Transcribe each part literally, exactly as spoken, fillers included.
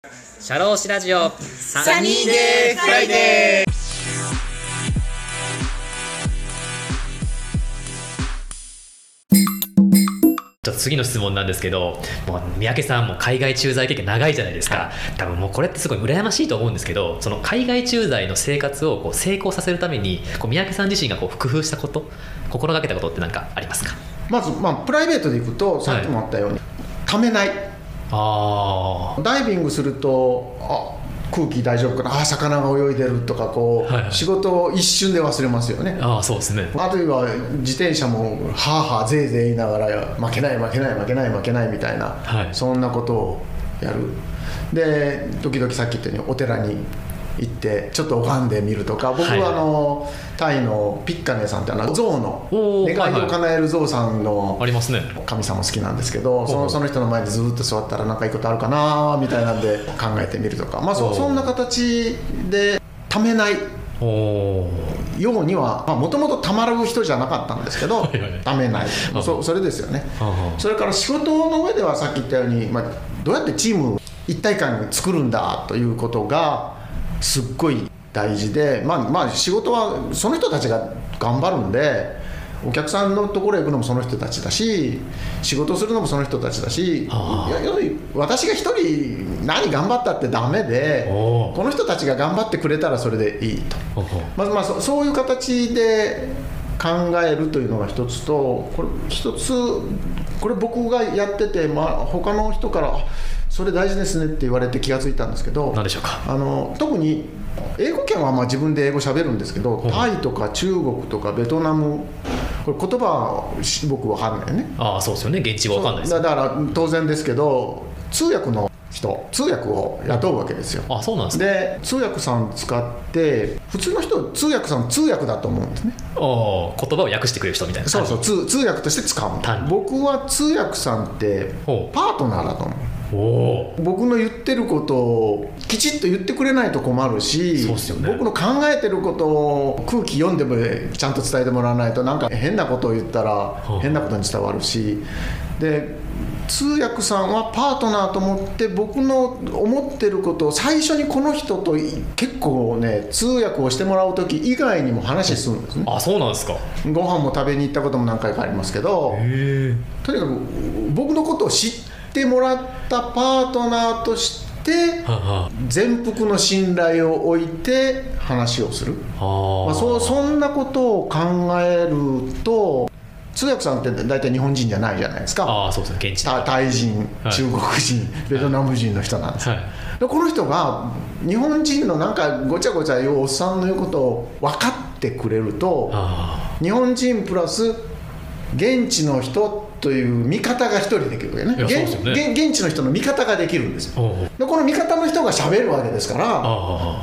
シャローシラジオサニーデーフライデー。 ちょっと次の質問なんですけど、もう三宅さんも海外駐在経験長いじゃないですか。多分もうこれってすごい羨ましいと思うんですけど、その海外駐在の生活をこう成功させるためにこう三宅さん自身がこう工夫したこと、心がけたことって何かありますか？ まず、まあ、プライベートでいくとさっきもあったように、はい、ためない。 あダイビングするとあ空気大丈夫かな、あ魚が泳いでるとかこう、はいはい、仕事を一瞬で忘れますよね。 ああそうですね。 あとは自転車もはあはあぜいぜい言いながら負けない負けない負けない負けないみたいな、はい、そんなことをやる。で時々さっき言ったようにお寺に行ってちょっと拝んでみるとか、僕はあの、はい、タイのピッカネさんってあの象の願いを叶える象さんの神様好きなんですけど、その、その人の前でずっと座ったら何かいいことあるかなみたいなんで考えてみるとか、まあ そ, そんな形でためないようにはもともとたまる人じゃなかったんですけどためない そ, それですよね。それから仕事の上ではさっき言ったように、まあ、どうやってチーム一体感に作るんだということがすっごい大事で、まあ、まあ仕事はその人たちが頑張るんで、お客さんのところへ行くのもその人たちだし、仕事するのもその人たちだし、いや要するに私が一人何頑張ったってダメで、この人たちが頑張ってくれたらそれでいいと、まずまあ そ, そういう形で考えるというのが一つと、これ一つこれ僕がやってて、まあ、他の人からそれ大事ですねって言われて気がついたんですけど、 何でしょうか。 あの特に英語圏はまあ自分で英語喋るんですけど、タイとか中国とかベトナム、これ言葉は僕分かんないよね。 ああそうですよね、現地語分かんないです、ね、 だから当然ですけど通訳の人通訳を雇うわけですよ。 あそうなんですか。 で通訳さん使って普通の人通訳さん通訳だと思うんですね。 あ言葉を訳してくれる人みたいな。 そうそう 通, 通訳として使う。僕は通訳さんってパートナーだと思う。お僕の言ってることをきちっと言ってくれないと困るし、そうっすよね、僕の考えてることを空気読んでもちゃんと伝えてもらわないと、なんか変なことを言ったら変なことに伝わるし、で通訳さんはパートナーと思って僕の思ってることを最初にこの人と結構ね通訳をしてもらう時以外にも話するんですね。 あそうなんですか。 ご飯も食べに行ったことも何回かありますけど、へとにかく僕のことを知っててもらったパートナーとして全幅の信頼を置いて話をする、はまあ、そ, そんなことを考えると、通訳さんって大体日本人じゃないじゃないですか。 あそうですね、現地タ, タイ人、はい、中国人、ベトナム人の人なんです、はい、でこの人が日本人のなんかごちゃごちゃ言うおっさんの言うことを分かってくれると、日本人プラス現地の人という見方が一人できるわけね。現, ね現地の人の見方ができるんですよ。でこの見方の人が喋るわけですから、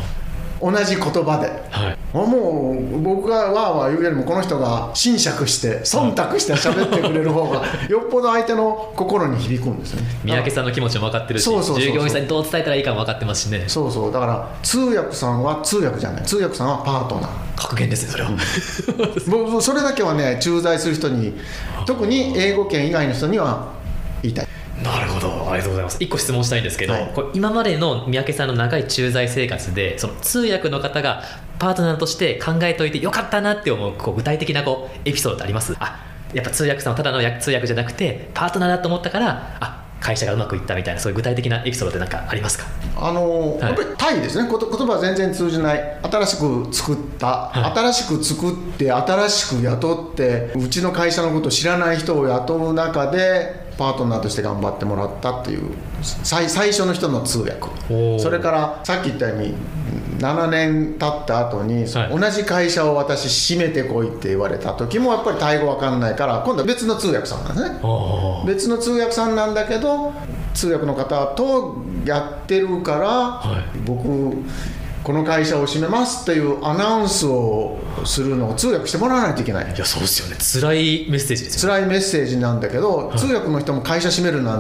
同じ言葉で、はい、もう僕がわーわー言うよりもこの人が斟酌して忖度して喋ってくれる方がよっぽど相手の心に響くんですよね。 三宅さんの気持ちも分かってるし、 そうそうそうそう、 従業員さんにどう伝えたらいいかも分かってますしね。 そうそう、だから通訳さんは通訳じゃない、通訳さんはパートナー。 格言ですねそれは、 うん、僕それだけはね駐在する人に、特に英語圏以外の人には言いたい。 なるほど、ありがとうございます。いっこ質問したいんですけど、はい、これ今までの三宅さんの長い駐在生活でその通訳の方がパートナーとして考えておいてよかったなって思う、こう具体的なこうエピソードってあります？あやっぱ通訳さんはただの通訳じゃなくてパートナーだと思ったからあ会社がうまくいったみたいな、そういう具体的なエピソードって何かありますか？ あのーはい、やっぱりタイですね。言葉は全然通じない、新しく作った、はい、新しく作って新しく雇って、うちの会社のことを知らない人を雇う中でパートナーとして頑張ってもらったっていう 最, 最初の人の通訳。それからさっき言ったようにななねん経った後に、はい、同じ会社を私閉めてこいって言われた時もやっぱりタイ語わかんないから、今度は別の通訳さんなんですね。別の通訳さんなんだけど通訳の方とやってるから、はい、僕この会社を閉めますっていうアナウンスをするのを通訳してもらわないといけない。 いやそうですよね、辛いメッセージですよね。 辛いメッセージなんだけど、はい、通訳の人も会社閉めるなんて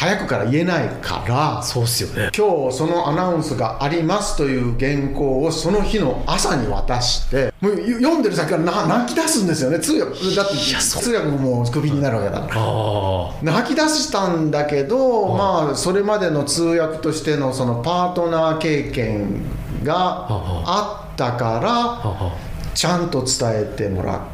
早くから言えないから、 そうっすよね。 今日そのアナウンスがありますという原稿をその日の朝に渡して、もう読んでる先からな泣き出すんですよね。通訳だって通訳もクビになるわけだから、あ泣き出したんだけど、まあそれまでの通訳としてのそのパートナー経験があったからちゃんと伝えてもらった。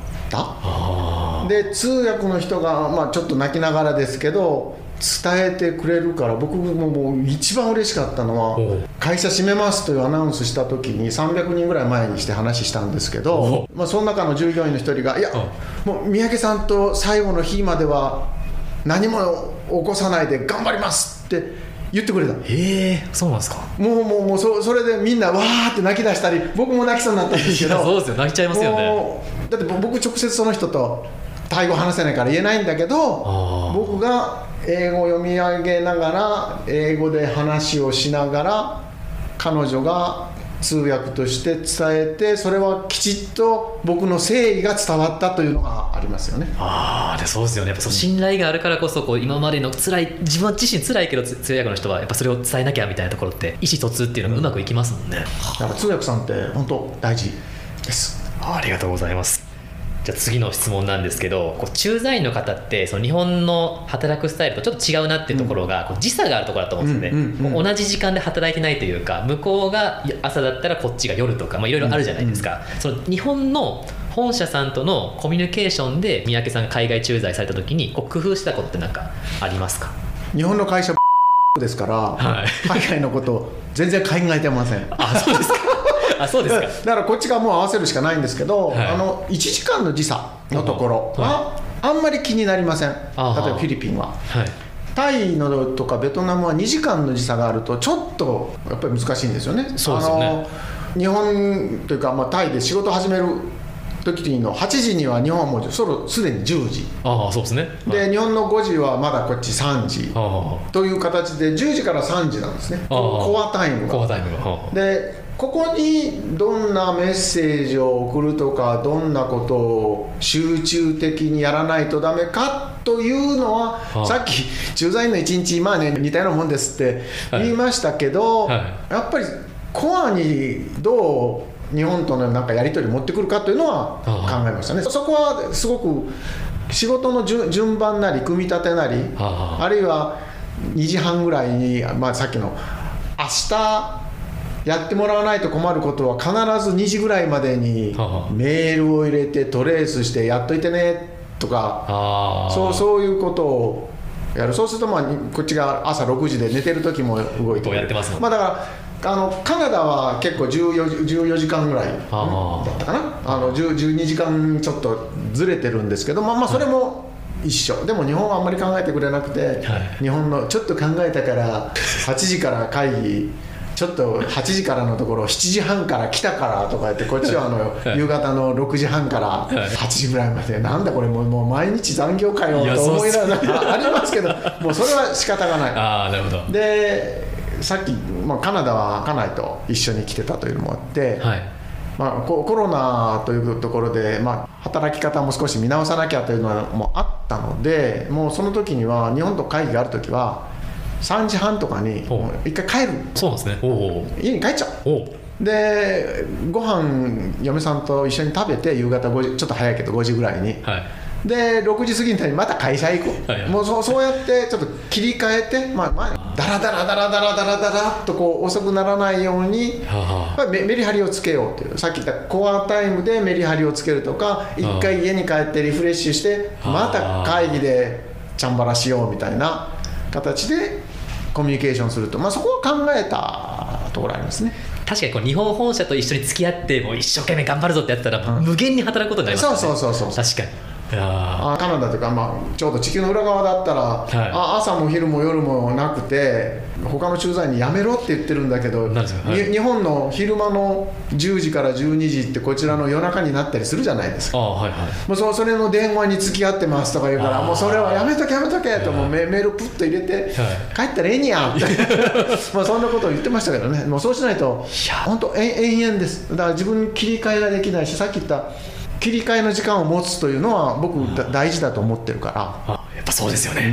で通訳の人が、まあ、ちょっと泣きながらですけど伝えてくれるから、僕ももう一番嬉しかったのは、会社閉めますというアナウンスした時にさんびゃくにんぐらい前にして話したんですけど、まあ、その中の従業員の一人が、いやもう三宅さんと最後の日までは何も起こさないで頑張りますって言ってくれた。 へえ、そうなんですか。 もうもうもう そ, それでみんなわーって泣き出したり、僕も泣きそうになったんですけど。 いやそうですよ、泣いちゃいますよね。 だって僕直接その人とタイ語話せないから言えないんだけど、僕が英語を読み上げながら英語で話をしながら彼女が通訳として伝えて、それはきちっと僕の誠意が伝わったというのがありますよね。 ああ、そうですよね。やっぱそう信頼があるからこそ、こう今までの辛い、自分自身辛いけど通訳の人はやっぱそれを伝えなきゃみたいなところって意思疎通っていうのがうまくいきますもんね。 だから通訳さんって本当大事です。 ありがとうございます。じゃあ次の質問なんですけど、こう駐在員の方ってその日本の働くスタイルとちょっと違うなっていうところが、うん、こう時差があるところだと思うんですよね、うんうんうん、同じ時間で働いてないというか、向こうが朝だったらこっちが夜とか、まあ、いろいろあるじゃないですか、うんうん、その日本の本社さんとのコミュニケーションで三宅さんが海外駐在された時にこう工夫したことって何かありますか？ 日本の会社ですから、はい、海外のこと全然考えてません。 あ、そうですか。あ、そうですか。 だからこっちがもう合わせるしかないんですけど、はい、あのいちじかんの時差のところはあんまり気になりません。例えばフィリピンは、はい、タイのとかベトナムはにじかんの時差があるとちょっとやっぱり難しいんですよね。 そうですよね。 あの日本というか、まあ、タイで仕事始める時のはちじには日本はもうそろすでにじゅうじ。 ああ、そうですね。 で、はい、日本のごじはまだこっちさんじという形でじゅうじからさんじなんですね。コアタイムが。 コアタイムが。でここにどんなメッセージを送るとか、どんなことを集中的にやらないとダメかというのは、はあ、さっき駐在員のいちにち、まあね、似たようなもんですって言いましたけど、はいはい、やっぱりコアにどう日本とのなんかやり取り持ってくるかというのは考えましたね。はあ、そこはすごく仕事の順番なり組み立てなり、はあ、あるいはにじはんぐらいに、まあ、さっきの明日やってもらわないと困ることは必ずにじぐらいまでにメールを入れてトレースしてやっといてねとか、そう、そういうことをやる。そうすると、まあ、こっちが朝ろくじで寝てる時も動いてくる。 やってますもん。 まあ、だからあのカナダは結構じゅうよじ、じゅうよじかんぐらいだったかな。あのじゅう、じゅうにじかんちょっとずれてるんですけど、まあ、まあそれも一緒。でも日本はあんまり考えてくれなくて、はい、日本のちょっと考えたからはちじから会議ちょっとはちじからのところしちじはんから来たからとか言って、こっちはあの夕方のろくじはんからはちじぐらいまで、なんだこれもう、もう毎日残業かよと思いながらありますけど、もうそれは仕方がない。 あー、なるほど。 でさっき、まあ、カナダは家内と一緒に来てたというのもあって、はい、まあ、コロナというところで、まあ、働き方も少し見直さなきゃというのもあったので、もうその時には日本と会議がある時はさんじはんとかに一回帰る。 そうなんですね。おうおう、 家に帰っちゃう。おうでご飯嫁さんと一緒に食べて、夕方ごじ、ちょっと早いけどごじぐらいに、はい、でろくじ過ぎにまた会社行く、はいはい、もう そ, そうやってちょっと切り替えて、まあまあ、だらだらだらだらだらだらっとこう遅くならないように、はあ、メ, メリハリをつけようという、さっき言ったコアタイムでメリハリをつけるとか、一回家に帰ってリフレッシュして、また会議でチャンバラしようみたいな形でコミュニケーションすると、まあ、そこを考えたところありますね。 確かにこう日本本社と一緒に付き合ってもう一生懸命頑張るぞってやったら、うん、無限に働くことになりますよね。 そうそうそうそう、 確かに。いやあカナダというか、まあ、ちょうど地球の裏側だったら、はい、あ朝も昼も夜もなくて他の駐在員にやめろって言ってるんだけど、はい、日本の昼間のじゅうじからじゅうにじってこちらの夜中になったりするじゃないですか。あ、はいはい、もう そ, それの電話に付き合ってますとか言うから、もうそれはやめとけやめとけと、もう メ, メールプッと入れて、はい、帰ったらええにやってまあそんなことを言ってましたけどね。もうそうしないと本当延々です。だから自分に切り替えができないし、さっき言った切り替えの時間を持つというのは僕、うん、大事だと思ってるから。 あ、やっぱそうですよね、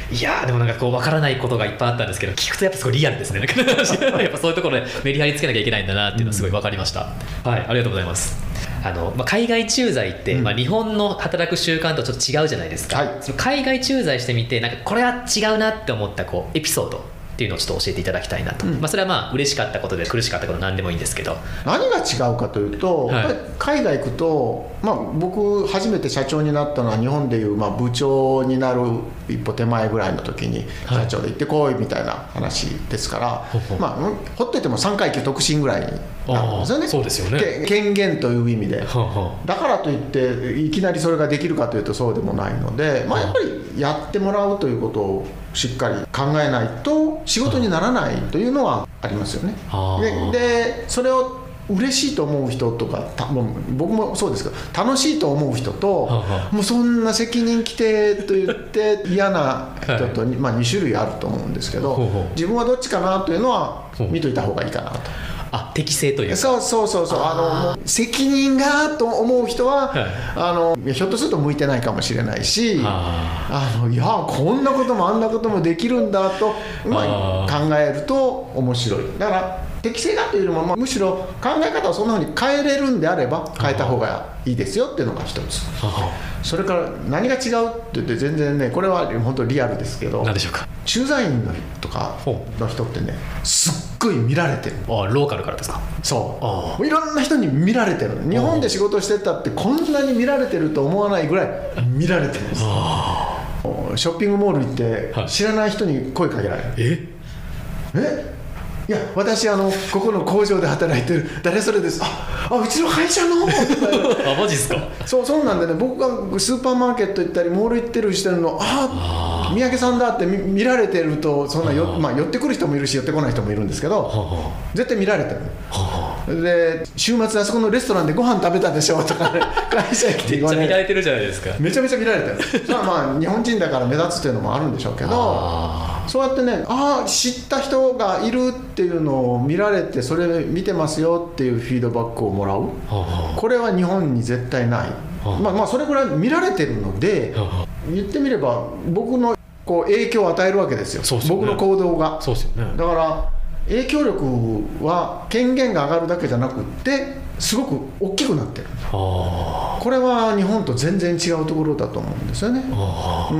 いやーでもなんかこう分からないことがいっぱいあったんですけど、聞くとやっぱすごいリアルですね。やっぱそういうところでメリハリつけなきゃいけないんだなっていうのはすごい分かりました、うん、はい、ありがとうございます。あのまあ、海外駐在って、うん、まあ、日本の働く習慣とちょっと違うじゃないですか、はい、その海外駐在してみてなんかこれは違うなって思ったこうエピソードっていうのをちょっと教えていただきたいなと、うん、まあ、それはまあ嬉しかったことで苦しかったこと何でもいいんですけど、 何が違うかというと、はい、やっぱり海外行くと、まあ、僕初めて社長になったのは日本でいうまあ部長になる一歩手前ぐらいの時に社長で行ってこいみたいな話ですから、はい、まあ、ほっといてもさんかい級特進ぐらいになるんですよね。 そうですよね。 権限という意味で、だからといっていきなりそれができるかというとそうでもないので、まあ、やっぱりやってもらうということをしっかり考えないと仕事にならないというのはありますよね。で、でそれを嬉しいと思う人とか、もう僕もそうですけど楽しいと思う人と、もうそんな責任規定と言って嫌な人と、まあ、に種類あると思うんですけど、自分はどっちかなというのは見といた方がいいかなと。 あ、適正というか、 そうそうそうそう、あのもう責任がと思う人は、はい、あのひょっとすると向いてないかもしれないし、あのいやこんなこともあんなこともできるんだと、まあ、考えると面白い。だから適正だというよりも、まあ、むしろ考え方をそんなふうに変えれるんであれば変えた方がいいですよっていうのが一つ。それから何が違うって言って全然ね、これは本当リアルですけど、 何でしょうか。 駐在員のとかの人ってね、すっごい見られてる。 あ、ローカルからですか。 そう、いろんな人に見られてる。日本で仕事してたってこんなに見られてると思わないぐらい見られてるんです。ショッピングモール行って知らない人に声かけられる。ええいや私あのここの工場で働いてる誰それです。ああ、うちの会社のあ、マジっすか。 そうそうなんでね、僕がスーパーマーケット行ったりモール行ってる人のああ三宅さんだって 見, 見られてるとそんなよ、まあ、寄ってくる人もいるし寄ってこない人もいるんですけど、絶対見られてる。で週末あそこのレストランでご飯食べたでしょとか、ね、会社来て言われめっちゃ見られてるじゃないですか。 めちゃめちゃ見られてる。まあまあ日本人だから目立つというのもあるんでしょうけど、そうやってね、ああ知った人がいるっていうのを見られて、それ見てますよっていうフィードバックをもらう、これは日本に絶対ない。まあまあそれぐらい見られてるので、言ってみれば僕のこう影響を与えるわけですよ。そうですよね、僕の行動が。そうですよね。だから影響力は権限が上がるだけじゃなくってすごく大きくなってる。これは日本と全然違うところだと思うんですよね。うん、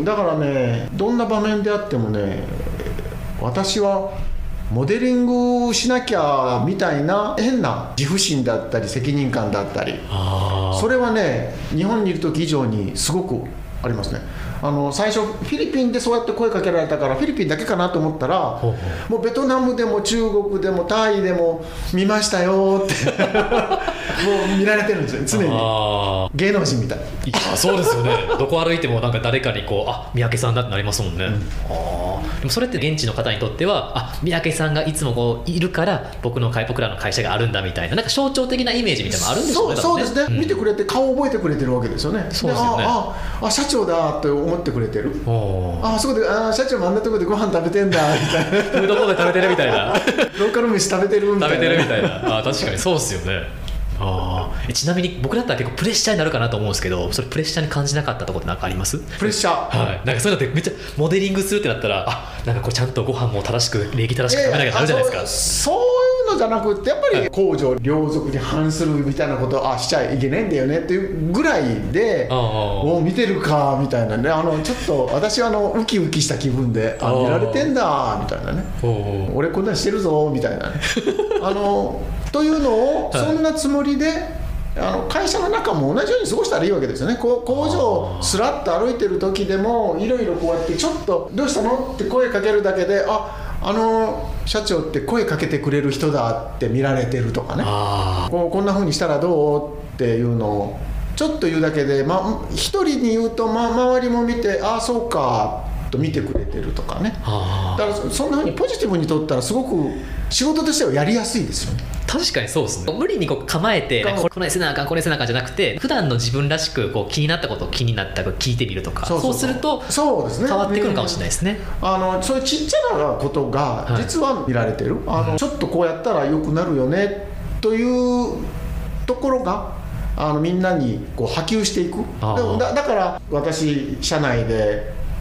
だからね、どんな場面であってもね、私はモデリングしなきゃみたいな変な自負心だったり責任感だったり、それはね日本にいる時以上にすごくありますね。あの最初フィリピンでそうやって声かけられたからフィリピンだけかなと思ったら、ほうほう、もうベトナムでも中国でもタイでも見ましたよってもう見られてるんですよ、常に。あ、芸能人みたい。 あ、そうですよね。どこ歩いてもなんか誰かにこう、あ、三宅さんだってなりますもんね、うん、あ、でもそれって現地の方にとっては、あ、三宅さんがいつもこういるから僕の僕らの会社があるんだみたいな、なんか象徴的なイメージみたいなのもあるんでしょうね。 そう、そうですね、うん、見てくれて顔を覚えてくれてるわけですよね。 そうですよね。 ああ、あ、社長だって思ってくれてる。ああ、そこで、あ、社長もあんなとこでご飯食べてんだみたいなフードコートで食べてるみたいなローカル飯食べてるみたいな、 食べてるみたいな。あ、確かにそうですよね。あ、ちなみに僕だったら結構プレッシャーになるかなと思うんですけど、それプレッシャーに感じなかったところって何かあります？ プレッシャー、 はい、なんかそういうのってめっちゃモデリングするってなったら、あ、なんかこれちゃんとご飯も正しく礼儀正しく食べなきゃなるじゃないですか。 そう、そういうのじゃなくってやっぱり公序良俗に反するみたいなことを、あ、しちゃいけないんだよねっていうぐらいで、お見てるかみたいなね、あのちょっと私はあのウキウキした気分で、あ、見られてんだみたいなね、俺こんなんしてるぞみたいなねあのというのをそんなつもりで、はい、あの会社の中も同じように過ごしたらいいわけですよね。こう工場をスラッと歩いてる時でもいろいろこうやってちょっとどうしたのって声かけるだけで、あ、あの社長って声かけてくれる人だって見られてるとかね、こうこんな風にしたらどうっていうのをちょっと言うだけで、ま、一人に言うと、ま、周りも見て、ああそうかと見てくれてるとかね。だからそんな風にポジティブにとったらすごく仕事としてはやりやすいですよね。 確かにそうですね。無理にこう構えてこれせなあかんこれせなあかんじゃなくて、普段の自分らしくこう気になったことを気になったことを聞いてみるとか、そうそうそう、そうするとそうですね、変わってくるかもしれないですね。 うん、あのそういうちっちゃなことが実は見られてる、はい、あのちょっとこうやったら良くなるよねというところがあのみんなにこう波及していく。だ, だから私社内で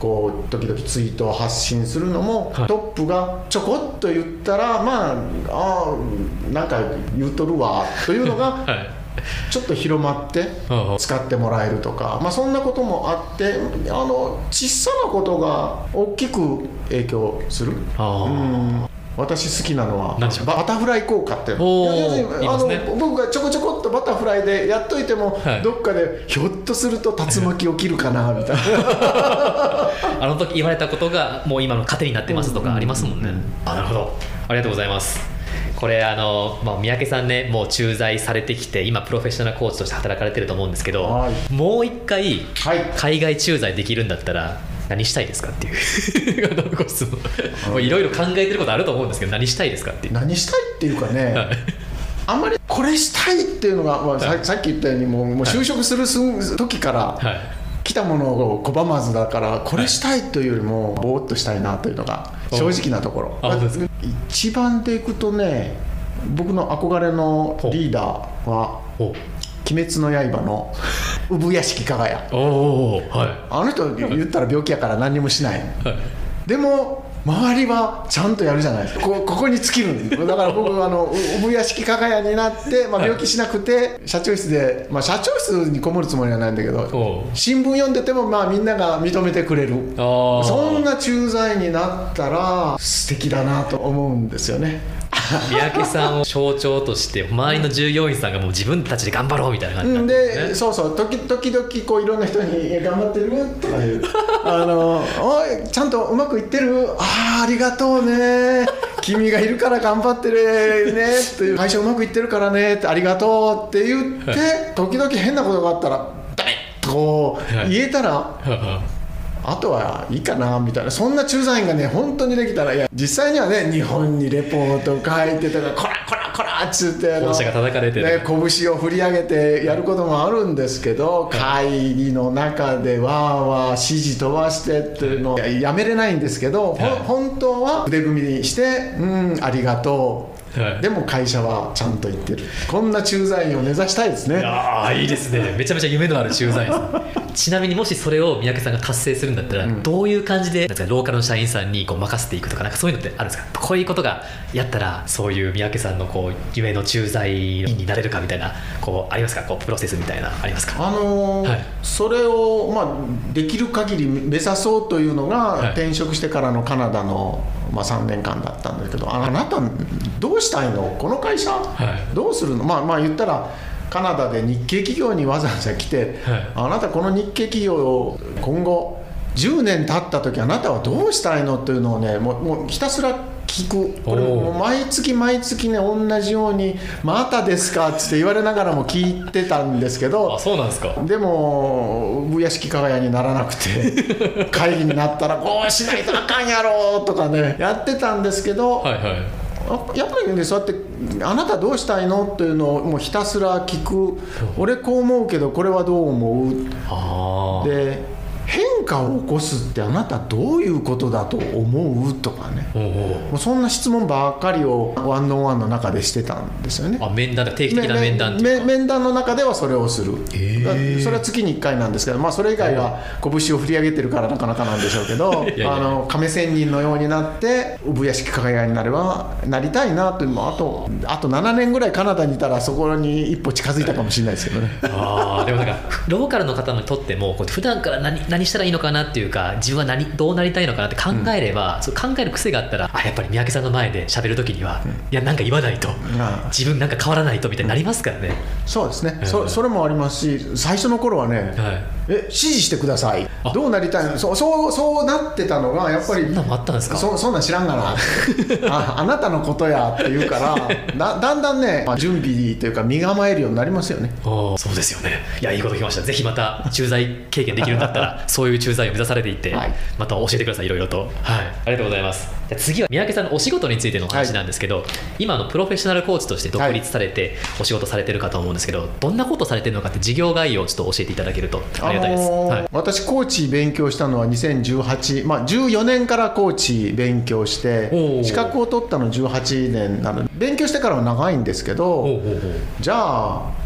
こう時々ツイートを発信するのも、はい、トップがちょこっと言ったらまああなんか言うとるわというのが、はいちょっと広まって使ってもらえるとか、まあ、そんなこともあってあの小さなことが大きく影響する。うん私好きなのはバタフライ効果っていうの、あの、ね、僕がちょこちょこっとバタフライでやっといても、はい、どっかでひょっとすると竜巻起きるかなみたいなあの時言われたことがもう今の糧になってますとかありますもんね、うんうんうん、あなるほどありがとうございます。これあの、まあ、三宅さんねもう駐在されてきて今プロフェッショナルコーチとして働かれてると思うんですけど、はい、もう一回海外駐在できるんだったら何したいですかっていういろいろ考えてることあると思うんですけど何したいですかっていう何したいっていうかね、はい、あんまりこれしたいっていうのが、まあ、さ, さっき言ったようにもう、もう就職する時から、はい来たものを拒まずだからこれしたいというよりもぼーっとしたいなというのが正直なところ。一番でいくとね僕の憧れのリーダーは鬼滅の刃の産屋敷加賀谷。お、はい、あの人言ったら病気やから何にもしない、はい、でも周りはちゃんとやるじゃないですか。 こ, ここに尽きるんです。だから僕あの産屋敷加賀谷になって、まあ、病気しなくて社長室で、まあ、社長室にこもるつもりはないんだけど新聞読んでてもまあみんなが認めてくれるそんな駐在になったら素敵だなと思うんですよね。 三宅さんを象徴として周りの従業員さんがもう自分たちで頑張ろうみたいな感じなんですね。 でそうそう時々こういろんな人に頑張ってるとかいうあのおいちゃんとうまくいってるあーありがとうね君がいるから頑張ってるねっていう会社うまくいってるからねってありがとうって言って、はい、時々変なことがあったらダメッとこう言えたら、はいあとはいいかなみたいなそんな駐在員がね本当にできたらいや実際にはね日本にレポート書いてたらこらこらこらっつって本社が叩かれて、 ね、拳を振り上げてやることもあるんですけど、はい、会議の中でわーわー指示飛ばしてっていうのをやめれないんですけど、はい、本当は腕組みにしてうんありがとうはい、でも会社はちゃんと行ってるこんな駐在員を目指したいですね。 ああいいですねめちゃめちゃ夢のある駐在員ですちなみにもしそれを三宅さんが達成するんだったら、うん、どういう感じでなんかローカルの社員さんにこう任せていくとかなんかそういうのってあるんですか。こういうことがやったらそういう三宅さんのこう夢の駐在員になれるかみたいなこうありますか。こうプロセスみたいなありますか。 あのーはい、それを、まあ、できる限り目指そうというのが、はい、転職してからのカナダのまあ、さんねんかんだったんだけど あ, あなたどうしたいのこの会社、はい、どうするの、まあ、まあ言ったらカナダで日系企業にわざわざ来て、はい、あなたこの日系企業を今後じゅうねん経った時あなたはどうしたいのっていうのをねもう、もうひたすら聞く。これもう毎月毎月ね同じようにまたですかって言われながらも聞いてたんですけどあそうなんですか。 でも産屋敷加賀谷にならなくて会議になったらこうしないとあかんやろとかねやってたんですけど、はいはい、やっぱりねそうやってあなたどうしたいのっていうのをもうひたすら聞く。俺こう思うけどこれはどう思うあで変化を起こすってあなたどういうことだと思うとかねおうおうもうそんな質問ばっかりをワンオンワンの中でしてたんですよね。 あ面談定期的な面談っていうか面談の中ではそれをする、えー、それは月にいっかいなんですけど、まあ、それ以外は拳を振り上げてるからなかなかなんでしょうけどいやいやあの亀仙人のようになって産屋敷加賀谷になればなりたいなというのもあと、あとななねんぐらいカナダにいたらそこに一歩近づいたかもしれないですけどねあでもなんかローカルの方にとってもこう普段から何、何したらいいのかなっていうか自分は何どうなりたいのかなって考えれば、うん、そう考える癖があったらあやっぱり三宅さんの前で喋るときには、うん、いやなんか言わないと、うん、自分なんか変わらないとみたいになりますからね、うん、 そうですね、うん、そ, それもありますし最初の頃はね、はい、え指示してくださいどうなりたいの そ, そうそうなってたのがやっぱりそんなのあったんですか。 そ, そんなん知らんがなあ, あなたのことやって言うからだ, だんだんね、まあ、準備というか身構えるようになりますよね。 あそうですよね。いやいいこと聞きました。ぜひまた駐在経験できるんだったらそういう駐在を目指されていって、はい、また教えてくださいいろいろと、はい、ありがとうございます。じゃあ次は三宅さんのお仕事についてのお話なんですけど、はい、今のプロフェッショナルコーチとして独立されてお仕事されてるかと思うんですけど、どんなことされてるのかって事業概要をちょっと教えていただけるとありがたいです、あのーはい、 私コーチ勉強したのはにせんじゅうはち、まあ、じゅうよねんからコーチ勉強して資格を取ったのじゅうはちねんなので勉強してからは長いんですけど、じゃあ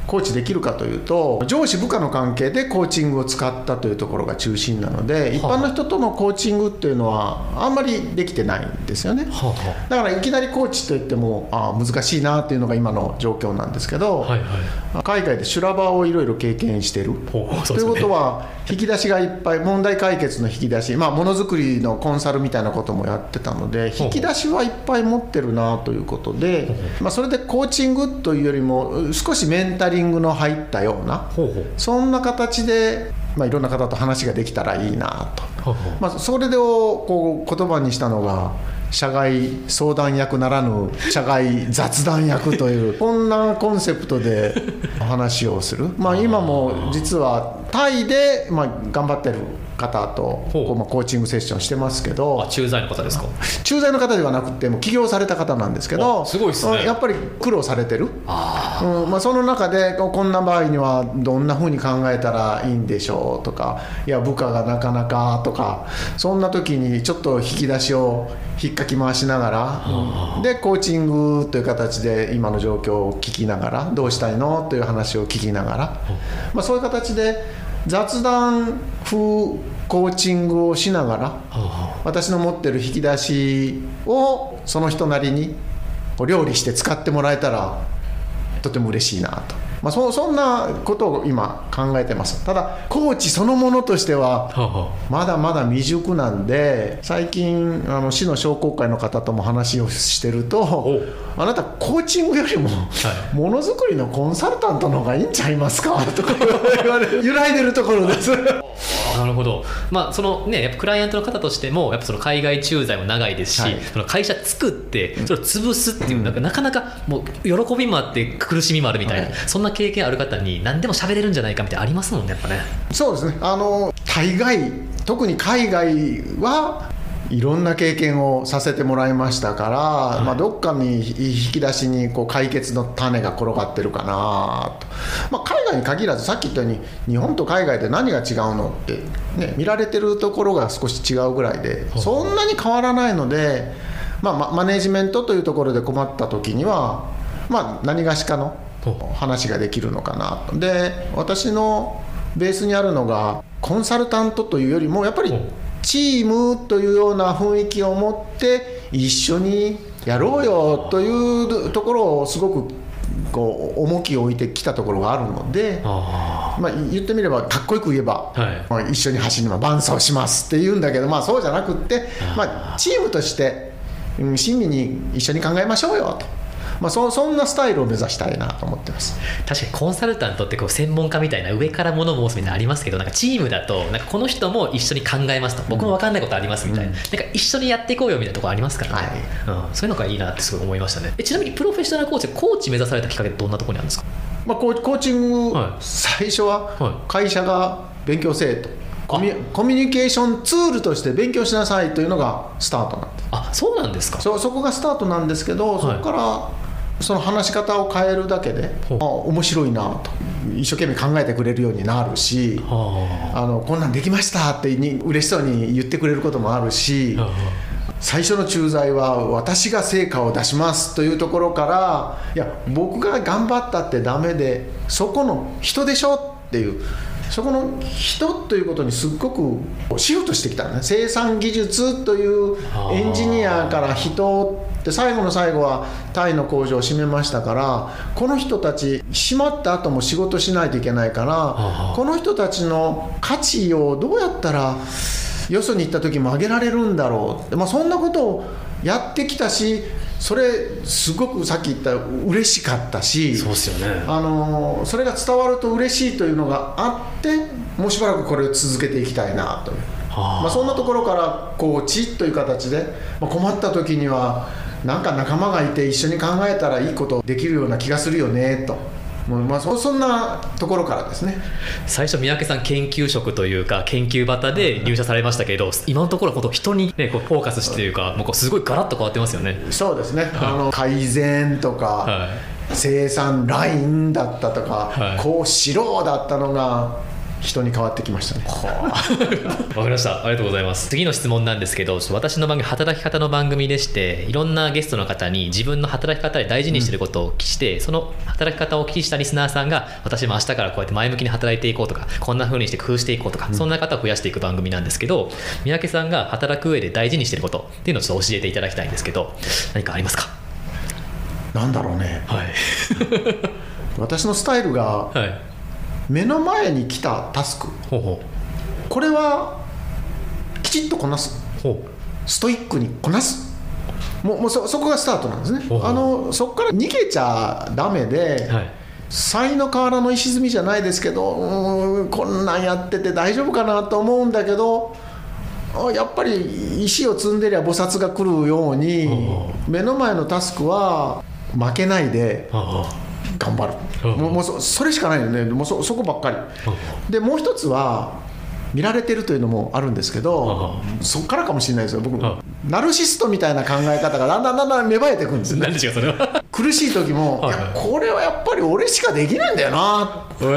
コーチできるかというと、上司部下の関係でコーチングを使ったというところが中心なので、一般の人とのコーチングっていうのはあんまりできてないんですよね。だからいきなりコーチといってもあ難しいなっていうのが今の状況なんですけど、はいはい、海外で修羅場をいろいろ経験してるということは、引き出しがいっぱい、問題解決の引き出し、まあ、ものづくりのコンサルみたいなこともやってたので、引き出しはいっぱい持ってるなということで、まあ、それでコーチングというよりも少しメンタリングの入ったような、そんな形で、まあ、いろんな方と話ができたらいいなと、まあ、それでをこう言葉にしたのが社外相談役ならぬ社外雑談役というこんなコンセプトで話をする、まあ、今も実はタイでまあ頑張ってる方とこうまあコーチングセッションしてますけど。 あ、駐在の方ですか？ 駐在の方ではなくても起業された方なんですけど、 すごいですね。 やっぱり苦労されてる。あ、うんまあ、その中でこんな場合にはどんな風に考えたらいいんでしょうとか、いや部下がなかなかとか、そんな時にちょっと引き出しを引っかき回しながら、でコーチングという形で今の状況を聞きながら、どうしたいのという話を聞きながら、まあ、そういう形で雑談風コーチングをしながら、私の持ってる引き出しをその人なりに料理して使ってもらえたらとても嬉しいなと、まあ、そ, そんなことを今考えてます。ただコーチそのものとしてはまだまだ未熟なんで、最近あの市の商工会の方とも話をしてると、あなたコーチングよりもものづくりのコンサルタントの方がいいんちゃいますかとか言われる揺らいでるところですなるほど、まあそのね、やっぱクライアントの方としてもやっぱその海外駐在も長いですし、はい、その会社作ってそれを潰すっていう、うん、なんかなかなかもう喜びもあって苦しみもあるみたいな、はい、そんな経験ある方に何でも喋れるんじゃないかみたいなありますもんね、やっぱね。そうですね、あの大概特に海外はいろんな経験をさせてもらいましたから、はい、まあ、どっかに引き出しにこう解決の種が転がってるかなと、まあ、海外に限らずさっき言ったように日本と海外で何が違うのって、ね、見られてるところが少し違うぐらいで、はい、そんなに変わらないので、まあ、マネジメントというところで困った時には、まあ、何がしかの話ができるのかなと。で、私のベースにあるのがコンサルタントというよりもやっぱりチームというような雰囲気を持って一緒にやろうよというところをすごくこう重きを置いてきたところがあるので、あ、まあ、言ってみればかっこよく言えば、はい、まあ、一緒に走ります伴走しますって言うんだけど、まあ、そうじゃなくって、まあ、チームとして親身に一緒に考えましょうよと、まあ、そ, そんなスタイルを目指したいなと思ってます。確かにコンサルタントってこう専門家みたいな上から物申すみたいなのありますけど、なんかチームだとなんかこの人も一緒に考えますと、僕も分かんないことありますみたいな、うん、なんか一緒にやっていこうよみたいなところありますからね、はい、うん、そういうのがいいなってすごい思いましたね。え、ちなみにプロフェッショナルコーチコーチ目指されたきっかけってどんなところにあるんですか？ まあ、コーチング、はい、最初は会社が勉強せえと、コミ、コミュニケーションツールとして勉強しなさいというのがスタートなんです。 あ、そうなんですか。 そ, そこがスタートなんですけど、はい、そこからその話し方を変えるだけで、あ、面白いなと一生懸命考えてくれるようになるし、あのこんなんできましたってに嬉しそうに言ってくれることもあるし、最初の駐在は私が成果を出しますというところから、いや僕が頑張ったってダメでそこの人でしょっていう、そこの人ということにすっごくシフトしてきたね。生産技術というエンジニアから人で、最後の最後はタイの工場を閉めましたから、この人たち閉まった後も仕事しないといけないから、この人たちの価値をどうやったらよそに行った時も上げられるんだろうって、まあ、そんなことをやってきたし、それすごくさっき言った嬉しかったし、 そうですよね、 あのそれが伝わると嬉しいというのがあって、もうしばらくこれを続けていきたいなという、はあ、まあ、そんなところからコーチという形で、まあ、困った時にはなんか仲間がいて一緒に考えたらいいことできるような気がするよねと、まあ、そ, そんなところからですね。 最初三宅さん研究職というか研究バタで入社されましたけど、今のところは人に、ね、こうフォーカスしてというか、もうこうすごいガラッと変わってますよね。 そうですね、あの改善とか、はい、生産ラインだったとか、はい、こうしろだったのが人に変わってきましたね。 わかりました、ありがとうございます。次の質問なんですけど、ちょっと私の番組働き方の番組でして、いろんなゲストの方に自分の働き方で大事にしていることをお聞きして、うん、その働き方をお聞きしたリスナーさんが私も明日からこうやって前向きに働いていこうとか、こんな風にして工夫していこうとか、うん、そんな方を増やしていく番組なんですけど、三宅さんが働く上で大事にしていることっていうのをちょっと教えていただきたいんですけど、何かありますか？ なんだろうね、 はい、 私のスタイルが、はい、目の前に来たタスク、ほうほう、これはきちっとこなす、ほう、ストイックにこなす、もう、もう そ, そこがスタートなんですね。ほうほう、あのそこから逃げちゃダメで、はい、才の河原の石積みじゃないですけど、うーん、こんなんやってて大丈夫かなと思うんだけど、やっぱり石を積んでりゃ菩薩が来るように、目の前のタスクは負けないで頑張る、もう、もう そ, それしかないよね。もう そ, そこばっかりで、もう一つは見られてるというのもあるんですけど、そこからかもしれないですよ。僕ナルシストみたいな考え方がだんだんだんだん芽生えていくんですよね。 何でしょうそれは。苦しい時も、はいはい、いやこれはやっぱり俺しかできないんだよなって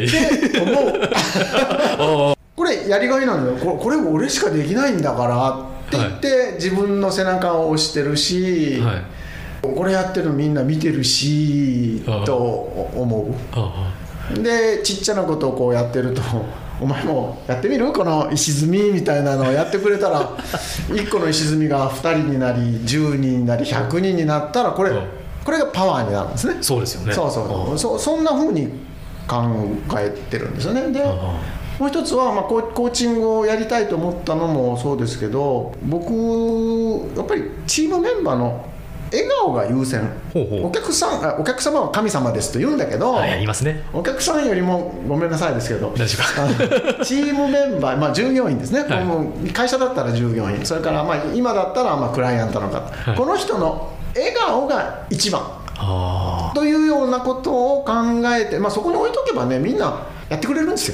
思うこれやりがいなんだよ。これ、これ俺しかできないんだからって言って、はい、自分の背中を押してるし、はい、これやってるのみんな見てるしと思う。でちっちゃなことをこうやってると、お前もやってみる？この石積みみたいなのをやってくれたらいっこの石積みがふたりになりじゅうにんになりひゃくにんになったらこれ、これがパワーになるんですね。 そうですよね。 そうそう、そ, そんな風に考えてるんですよね。でもう一つは、まあ、コーチングをやりたいと思ったのもそうですけど、僕やっぱりチームメンバーの笑顔が優先。ほうほう、お客さん、お客様は神様ですと言うんだけど、 はい、言いますね。 お客さんよりもごめんなさいですけど、 大丈夫チームメンバー、まあ、従業員ですね、はい、会社だったら従業員、それからまあ今だったらまあクライアントの方、はい、この人の笑顔が一番というようなことを考えて、まあ、そこに置いとけばね、みんなやってくれるんですよ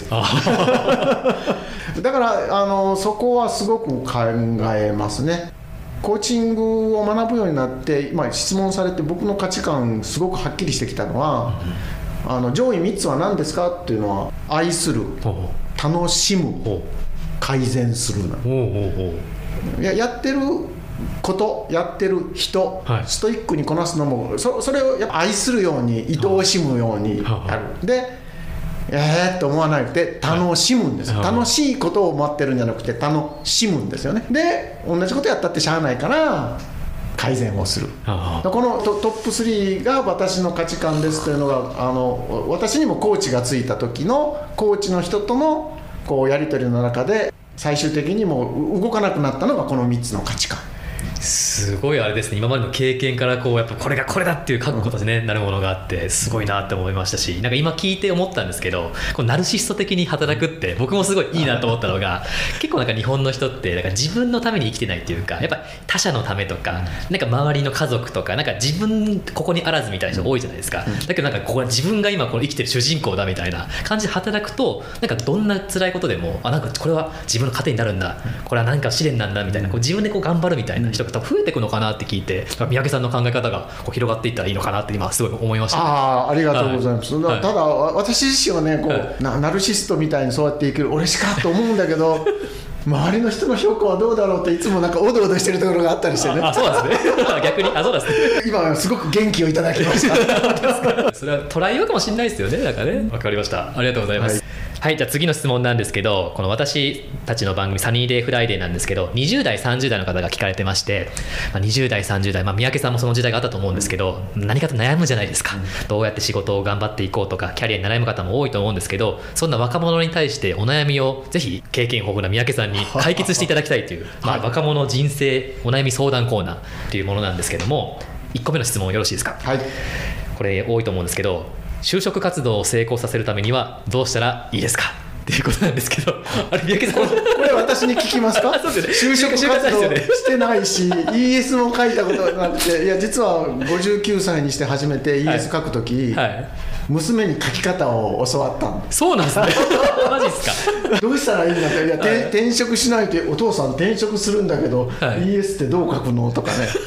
だからあのそこはすごく考えますね。コーチングを学ぶようになって、まあ、質問されて僕の価値観すごくはっきりしてきたのは、うん、あの上位みっつは何ですかっていうのは、愛する、楽しむ、改善するな。や, やってることやってる人、はい、ストイックにこなすのも そ, それをやっぱ愛するように愛おしむようにやる。でえーって思わなくて楽しむんです、はい、楽しいことを待ってるんじゃなくて楽しむんですよね。で同じことやったってしゃあないから改善をする。この ト, トップスリーが私の価値観ですというのが、あの私にもコーチがついた時のコーチの人とのこうやり取りの中で最終的にもう動かなくなったのがこのみっつの価値観。 すごいあれですね、今までの経験からこうやっぱこれがこれだっていう覚悟として、ね、なるものがあってすごいなって思いましたし、なんか今聞いて思ったんですけど、このナルシスト的に働くって僕もすごいいいなと思ったのが、結構なんか日本の人ってなんか自分のために生きてないっていうか、やっぱ他者のためとか、なんか周りの家族とか、なんか自分ここにあらずみたいな人多いじゃないですか。だけどなんかここは自分が今この生きてる主人公だみたいな感じで働くと、なんかどんな辛いことでも、あ、なんかこれは自分の糧になるんだ、これはなんか試練なんだみたいな、こう自分でこう頑張るみたいな人が多分増えていくのかなって聞いて、三宅さんの考え方がこう広がっていったらいいのかなって今すごい思いました、ね、 あ, ありがとうございます、はい、ただ私自身はねこう、はい、なナルシストみたいにそうやって生きる俺しかと思うんだけど周りの人の評価はどうだろうっていつもなんかおどおどしてるところがあったりしてね。 ああ、そうなんですね逆に、あ、そうなんですね今すごく元気をいただきましたそれはトライようかもしれないですよね。なんかね、わかりました、ありがとうございます、はいはい、じゃあ次の質問なんですけど、この私たちの番組サニーデイフライデーなんですけど、にじゅう代さんじゅう代の方が聞かれてまして、まあ、にじゅう代さんじゅう代、まあ、三宅さんもその時代があったと思うんですけど、何かと悩むじゃないですか、うん、どうやって仕事を頑張っていこうとかキャリアに悩む方も多いと思うんですけど、そんな若者に対してお悩みをぜひ経験豊富な三宅さんに解決していただきたいという、まあ、若者人生お悩み相談コーナーというものなんですけども、いっこめの質問よろしいですか。 はい、 これ多いと思うんですけど、就職活動を成功させるためにはどうしたらいいですかっていうことなんですけど、あれ三宅さんこれ私に聞きますかそうです、ね、就職活動してないし イーエス も書いたことがなくて、いや実はごじゅうきゅうさいにして初めて イーエス 書くとき、はいはい、娘に書き方を教わったんです。 そうなんですねマジですか。 どうしたらいいんだって、いや、はい、転職しないとお父さん転職するんだけど、はい、イーエス ってどう書くのとかね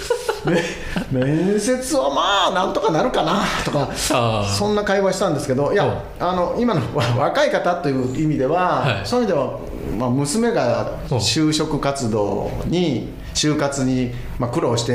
面接はまあなんとかなるかなとかそんな会話したんですけど、いやあの今の若い方という意味では、はい、そういう意味では、まあ、娘が就職活動に就活に、まあ、苦労して、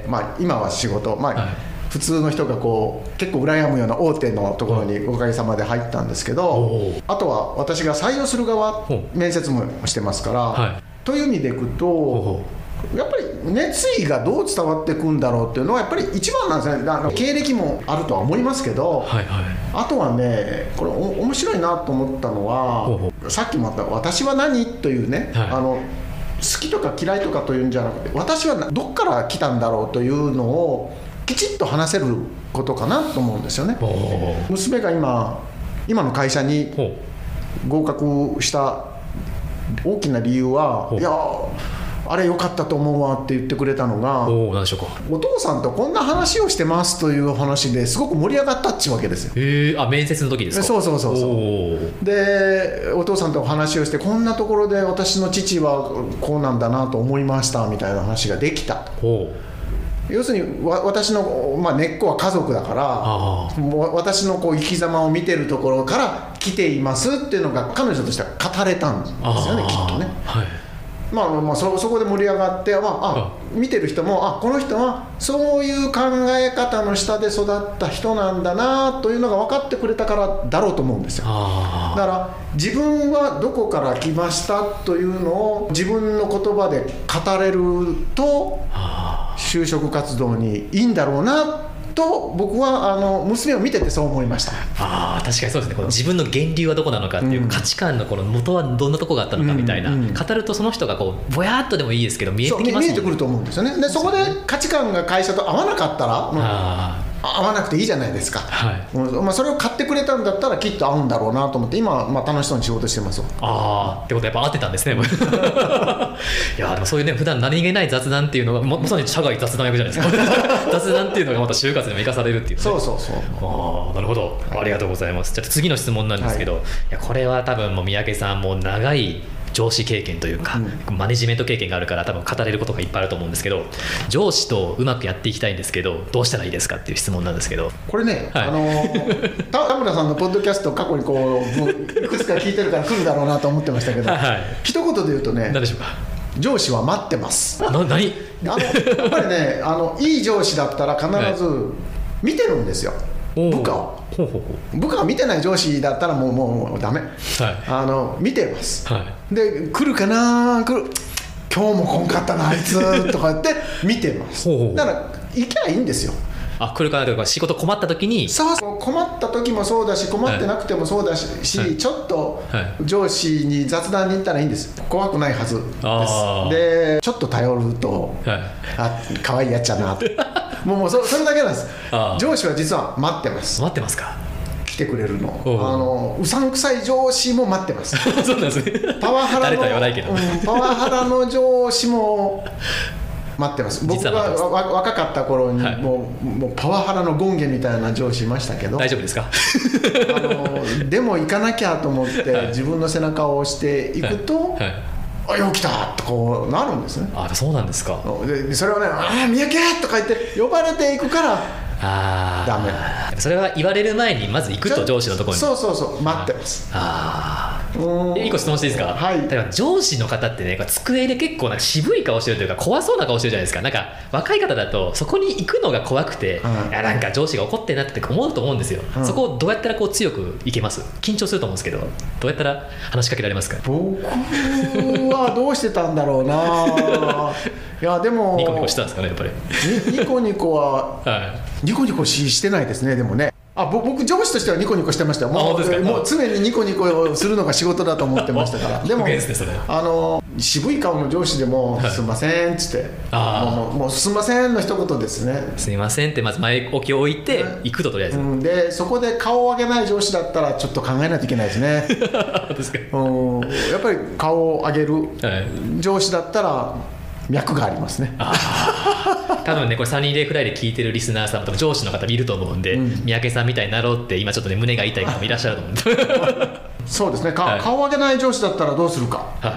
まあ、今は仕事、まあはい、普通の人がこう結構羨むような大手のところにおかげさまで入ったんですけど、あとは私が採用する側面接もしてますから、はい、という意味でいくとやっぱり熱意がどう伝わっていくんだろうっていうのはやっぱり一番なんですね。あの経歴もあるとは思いますけど、はいはい、あとはねこれお面白いなと思ったのはほうほうさっきもあった私は何というね、はい、あの好きとか嫌いとかというんじゃなくて私はどっから来たんだろうというのをきちっと話せることかなと思うんですよね。娘が今今の会社に合格した大きな理由はいやあれ良かったと思うわって言ってくれたのが、お何でしょうか、お父さんとこんな話をしてますという話ですごく盛り上がったっちゅうわけですよ。 へえ、あ面接の時ですか。 そうそうそうそうでお父さんと話をしてこんなところで私の父はこうなんだなと思いましたみたいな話ができた。お要するにわ私の、まあ、根っこは家族だからもう私のこう生き様を見てるところから来ていますっていうのが彼女としては語れたんですよねきっとね。はいまあまあ、そ, そこで盛り上がって、まあ、あ見てる人もあこの人はそういう考え方の下で育った人なんだなというのが分かってくれたからだろうと思うんですよ。だから自分はどこから来ましたというのを自分の言葉で語れると就職活動にいいんだろうなと僕はあの娘を見ててそう思いました。 あ確かにそうですね。この自分の源流はどこなのかっていう、うん、価値観のこの元はどんなとこがあったのかみたいな、うんうん、語るとその人がこうぼやっとでもいいですけど見えてきますもんね。 見えてくると思うんですよね。でそこで価値観が会社と合わなかったら、うん、あ合わなくていいじゃないですか、はいうんまあ、それを買ってくれたんだったらきっと合うんだろうなと思って今、まあ、楽しそうに仕事してますわ。 ああってことはやっぱ合ってたんですねいやでもそういうね普段何気ない雑談っていうのがままさに社外雑談役じゃないですか雑談っていうのがまた就活でも生かされるっていう、ね、 そうそうそうああなるほど、はい、ありがとうございます。じゃあ次の質問なんですけど、はい、いやこれは多分もう三宅さんも長い上司経験というか、うん、マネジメント経験があるから多分語れることがいっぱいあると思うんですけど上司とうまくやっていきたいんですけどどうしたらいいですかっていう質問なんですけどこれね、はい、あの田村さんのポッドキャスト過去にこうもういくつか聞いてるから来るだろうなと思ってましたけど、はい、一言で言うとね何でしょうか上司は待ってますな何あのやっぱりねあのいい上司だったら必ず見てるんですよ、部下をほうほうほう部下が見てない上司だったらもうもうもうダメ、はい、あの見てます、はい、で来るかな来る今日も来んかったなあいつとか言って見てますほうほうだから行きゃいいんですよ。 あ来るかなとか仕事困った時にそうそう困った時もそうだし困ってなくてもそうだし、はい、ちょっと上司に雑談に行ったらいいんです。怖くないはずですでちょっと頼ると、はい、あ可愛いやっちゃなともうもう そ, それだけなんです。上司は実は待ってます待ってますか来てくれるのあのうさんくさい上司も待ってますそうなんですねパワハラの誰とは言わないけど、うん、 パワハラの上司も待ってます。僕が若かった頃にもう、はい、もうパワハラの権化みたいな上司いましたけど大丈夫ですかあのでも行かなきゃと思って、はい、自分の背中を押していくと、はいはいあよ来たってこうなるんですね。 あそうなんですか。 でそれをねあ三宅とか言って呼ばれていくからあダメ。 それは言われる前にまず行くと上司のところにそうそうそう待ってます。 ああいい個質問していいですか。はい。例えば上司の方ってね机で結構なんか渋い顔してるというか怖そうな顔してるじゃないですか。なんか若い方だとそこに行くのが怖くて、うん、いやなんか上司が怒ってんなって思うと思うんですよ、うん、そこをどうやったらこう強くいけます。緊張すると思うんですけどどうやったら話しかけられますか。 僕はどうしてたんだろうないやでもニコニコしたんですかねやっぱりニ, ニコニコは、はい、ニコニコ し, してないですね。でもねあ僕上司としてはニコニコしてましたよ。も う, もう常にニコニコするのが仕事だと思ってましたからでもあの渋い顔の上司でも、はい、すいませんっつっても う, もうすいませんの一言ですね。 すいませんってまず前置きを置いて行くととりあえず、うん、 でそこで顔を上げない上司だったらちょっと考えないといけないですねですか、 うん、やっぱり顔を上げる上司だったら脈がありますね。 あ多分ねこれサニーデイフライで聞いてるリスナーさんも上司の方見ると思うんで、うん、三宅さんみたいになろうって今ちょっとね胸が痛い方もいらっしゃると思うんでそうですね、はい、顔を上げない上司だったらどうするか、はい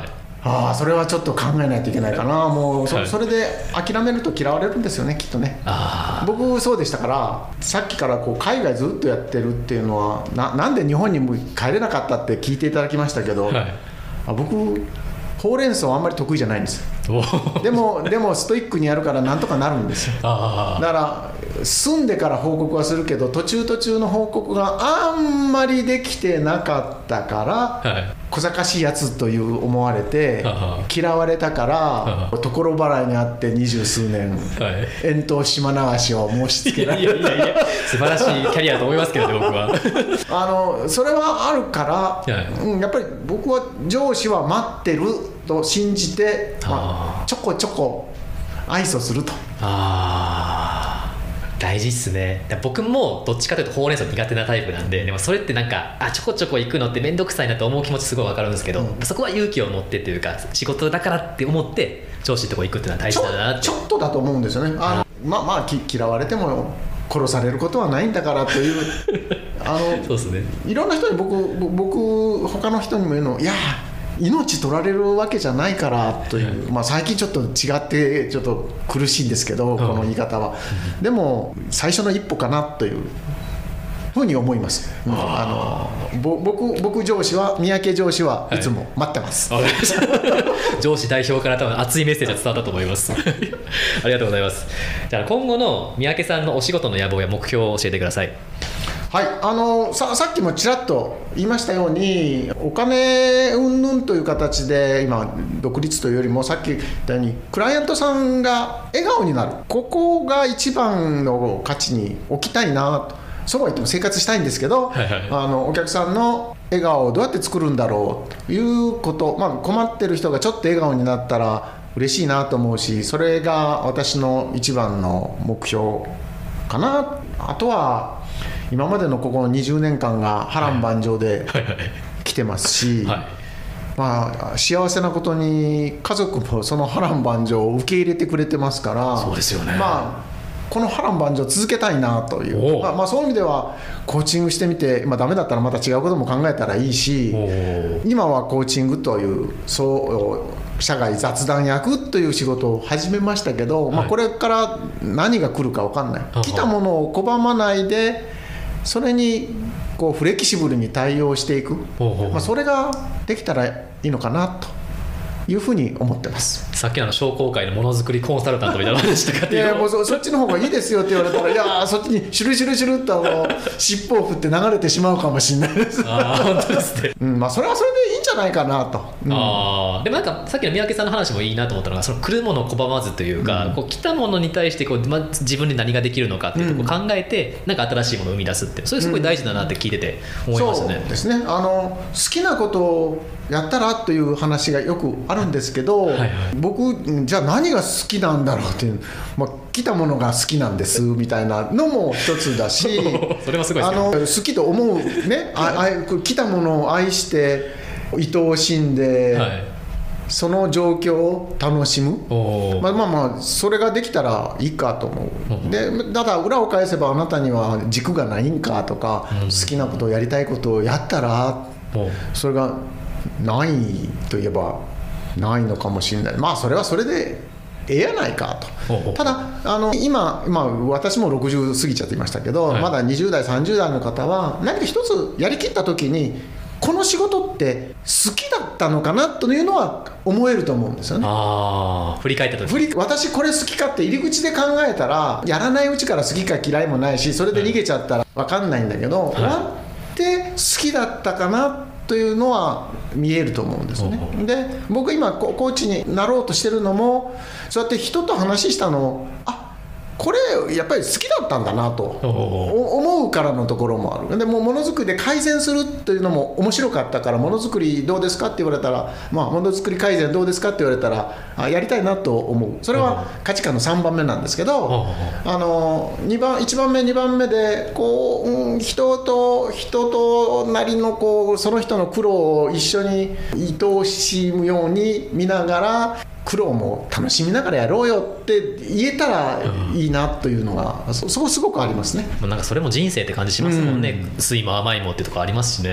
ああそれはちょっと考えないといけないかな。もう そ,、はい、それで諦めると嫌われるんですよねきっとね。あ僕そうでしたから、さっきからこう海外ずっとやってるっていうのは な, なんで日本にも帰れなかったって聞いていただきましたけど、はい、あ僕ほうれん草あんまり得意じゃないんですよでもでもストイックにやるからなんとかなるんですよ。あだから住んでから報告はするけど途中途中の報告があんまりできてなかったから、はい、小賢しいやつという思われて嫌われたから所払いにあって二十数年、はい、遠投島流しを申し付けられる。いやいやいや素晴らしいキャリアだと思いますけどね僕はあのそれはあるから、はいうん、やっぱり僕は上司は待ってると信じて、まあ、ちょこちょこ愛想すると。 あ大事っすね。僕もどっちかというとほうれん草苦手なタイプなんで、でもそれってなんかあちょこちょこ行くのって面倒くさいなと思う気持ちすごい分かるんですけど、うん、そこは勇気を持ってというか仕事だからって思って上司のとこ行くっていうのは大事だなって。 ちょ、ちょっとだと思うんですよね。あのまあまあ嫌われても殺されることはないんだからというあのそうですね。いろんな人に僕僕他の人にも言うのいや命取られるわけじゃないからという、はいまあ、最近ちょっと違ってちょっと苦しいんですけど、うん、この言い方は、うん、でも最初の一歩かなというふうに思います。うん、あのぼ 僕, 僕上司は三宅上司はいつも待ってます、はい、 上司代表から多分熱いメッセージが伝わったと思いますありがとうございます。じゃあ今後の三宅さんのお仕事の野望や目標を教えてください。 はい、あの さ, さっきもちらっと言いましたようにお金云々という形で今独立というよりもさっき言ったようにクライアントさんが笑顔になる、ここが一番の価値に置きたいなと。そうは言っても生活したいんですけど、はいはい、あのお客さんの笑顔をどうやって作るんだろうということ、まあ、困ってる人がちょっと笑顔になったら嬉しいなと思うし、それが私の一番の目標かな。あとは今までのここのにじゅうねんかんが波乱万丈で来てますし、はいはいはいまあ、幸せなことに家族もその波乱万丈を受け入れてくれてますから、 そうですよね、 まあ、この波乱万丈続けたいなという、まあまあ、そういう意味ではコーチングしてみて、まあ、ダメだったらまた違うことも考えたらいいし、今はコーチングというそう社外雑談役という仕事を始めましたけど、はいまあ、これから何が来るか分かんない、来たものを拒まないでそれにこうフレキシブルに対応していく、まあ、それができたらいいのかなというふうに思ってます。 さっきの商工会のものづくりコンサルタントみたいな話したかっていういやもう そ, そっちの方がいいですよって言われたらいやそっちにシュルシュルシュルっとあの尻尾を振って流れてしまうかもしれないですあ本当ですね、 うんまあ、それはそれでいいんじゃないかなと、うん、 あでもなんかさっきの三宅さんの話もいいなと思ったのがその来るものを拒まずというか、うん、こう来たものに対してこう、ま、自分で何ができるのかっていうところを考えて、うん、なんか新しいものを生み出すってそれすごい大事だなって聞いてて思いましたね、 うん、そうですねあの好きなことをやったらという話がよくあるんですけど、はいはい、僕じゃあ何が好きなんだろうっていう、まあ、来たものが好きなんですみたいなのも一つだしそれはすごいですね、 あの好きと思うねああ来たものを愛して愛おしんで、はい、その状況を楽しむ、まあまあまあそれができたらいいかと思う。でただ裏を返せばあなたには軸がないんかとか、うん、好きなことをやりたいことをやったらそれがないといえばないのかもしれない。まあそれはそれでええやないかと。ただあの 今、まあ、私もろくじゅう過ぎちゃっていましたけど、はい、まだにじゅう代さんじゅう代の方は何か一つやりきった時にこの仕事って好きだったのかなというのは思えると思うんですよね。 あ振り返った時振り私これ好きかって入り口で考えたらやらないうちから好きか嫌いもないしそれで逃げちゃったら分かんないんだけど、はい、終わって好きだったかなというのは見えると思うんですね。で僕今コーチになろうとしてるのもそうやって人と話したのをあこれやっぱり好きだったんだなと思うからのところもある。でもものづくりで改善するというのも面白かったからものづくりどうですかって言われたらまあものづくり改善どうですかって言われたらあやりたいなと思う。それは価値観のさんばんめなんですけどあのにばんいちばんめにばんめでこう、うん、人と人となりのこうその人の苦労を一緒に愛おしむように見ながら苦労も楽しみながらやろうよって言えたらいいなというのが、うん、そこすごくありますね。 なんかそれも人生って感じしますもんね、うん、酸いも甘いもってとこありますしね。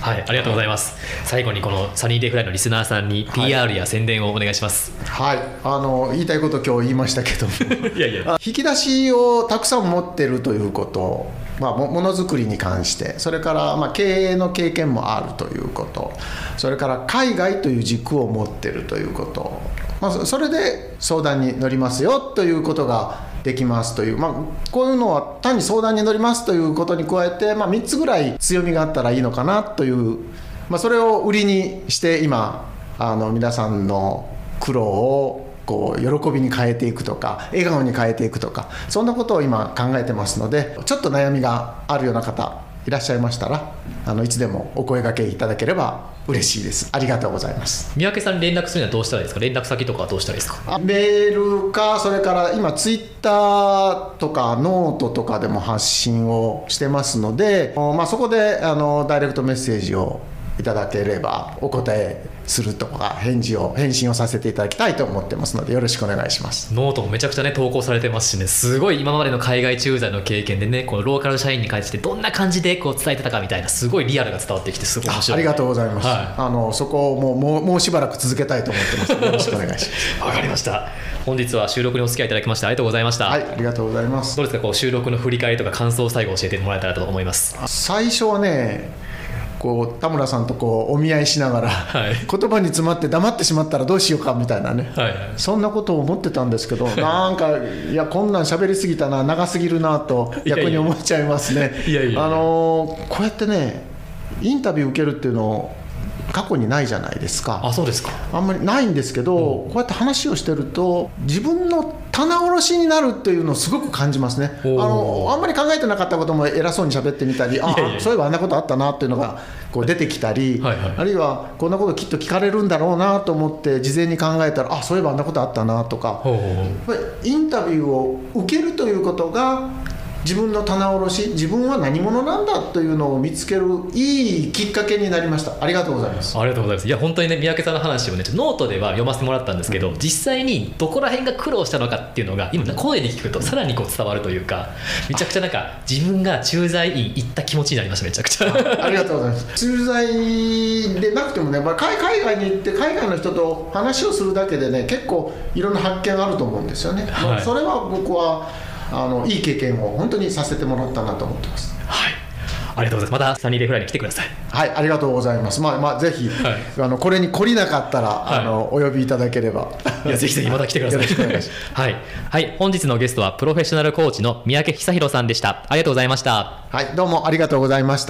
はい、ありがとうございます。最後にこのサニーデイフライのリスナーさんに ピーアール や宣伝をお願いします。 はい、はい、あの言いたいこと今日言いましたけどいやいや引き出しをたくさん持ってるということ、まあ、ものづくりに関して、それからまあ経営の経験もあるということ、それから海外という軸を持ってるということ、まあ、それで相談に乗りますよということができますという、まあ、こういうのは単に相談に乗りますということに加えて、まあ、みっつぐらい強みがあったらいいのかなという、まあ、それを売りにして今あの皆さんの苦労をこう喜びに変えていくとか笑顔に変えていくとか、そんなことを今考えてますので、ちょっと悩みがあるような方いらっしゃいましたら、あのいつでもお声掛けいただければ嬉しいです。ありがとうございます。 三宅さんに連絡するにはどうしたらいいですか？連絡先とかはどうしたらいいですか？ メールか、それから今ツイッターとかノートとかでも発信をしてますので、まあ、そこであのダイレクトメッセージをいただければお答えするとか返事を返信をさせていただきたいと思ってますので、よろしくお願いします。 ノートもめちゃくちゃね投稿されてますしね、すごい今までの海外駐在の経験でね、このローカル社員に関してどんな感じでこう伝えてたかみたいな、すごいリアルが伝わってきてすごい面白い、 ありがとうございます、はい、あのそこをもう、もう、もうしばらく続けたいと思ってますのでよろしくお願いしますわかりました。本日は収録にお付き合いいただきましてありがとうございました。 はい、ありがとうございます。 どうですか、こう収録の振り返りとか感想を最後教えてもらえたらと思います。 最初はね、こう田村さんとこうお見合いしながら、はい、言葉に詰まって黙ってしまったらどうしようかみたいなね、はいはい、そんなことを思ってたんですけどなんかいやこんなん喋りすぎたな、長すぎるなと逆に思っちゃいますね。いやいや、あのー、こうやってねインタビュー受けるっていうのを過去にないじゃないですか。 あ、そうですか。 あんまりないんですけど、うん、こうやって話をしてると自分の棚卸しになるっていうのをすごく感じますね。あのあんまり考えてなかったことも偉そうに喋ってみたり、ああそういえばあんなことあったなっていうのがこう出てきたり、はいはい、あるいはこんなこときっと聞かれるんだろうなと思って事前に考えたら、あそういえばあんなことあったなとか、やっぱりインタビューを受けるということが自分の棚卸し、自分は何者なんだというのを見つけるいいきっかけになりました。ありがとうございます。 ありがとうございます。いや本当にね、三宅さんの話をねノートでは読ませてもらったんですけど、うん、実際にどこら辺が苦労したのかっていうのが今声で聞くとさらにこう伝わるというか、めちゃくちゃなんか自分が駐在員行った気持ちになりました。めちゃくちゃ あ, ありがとうございます。駐在でなくてもね、まあ、海外に行って海外の人と話をするだけでね、結構いろんな発見あると思うんですよね、はい、まあ、それは僕はあのいい経験を本当にさせてもらったなと思ってます。 はい、ありがとうございます。またサニーデイフライに来てください。はい、 ありがとうございます。まあまあぜひ、はい、あのこれに懲りなかったら、はい、あのお呼びいただければ、 いやぜひぜひまた来てください。よろしくお願いします。はい、はい、本日のゲストはプロフェッショナルコーチの三宅久弘さんでした。ありがとうございました。 はい、どうもありがとうございました。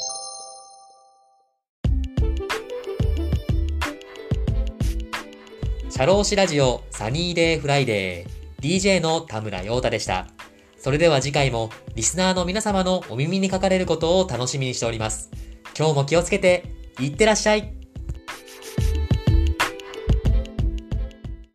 社労士ラジオサニーデイフライデー ディージェー の田村陽太でした。それでは次回もリスナーの皆様のお耳にかかれることを楽しみにしております。今日も気をつけていってらっしゃい。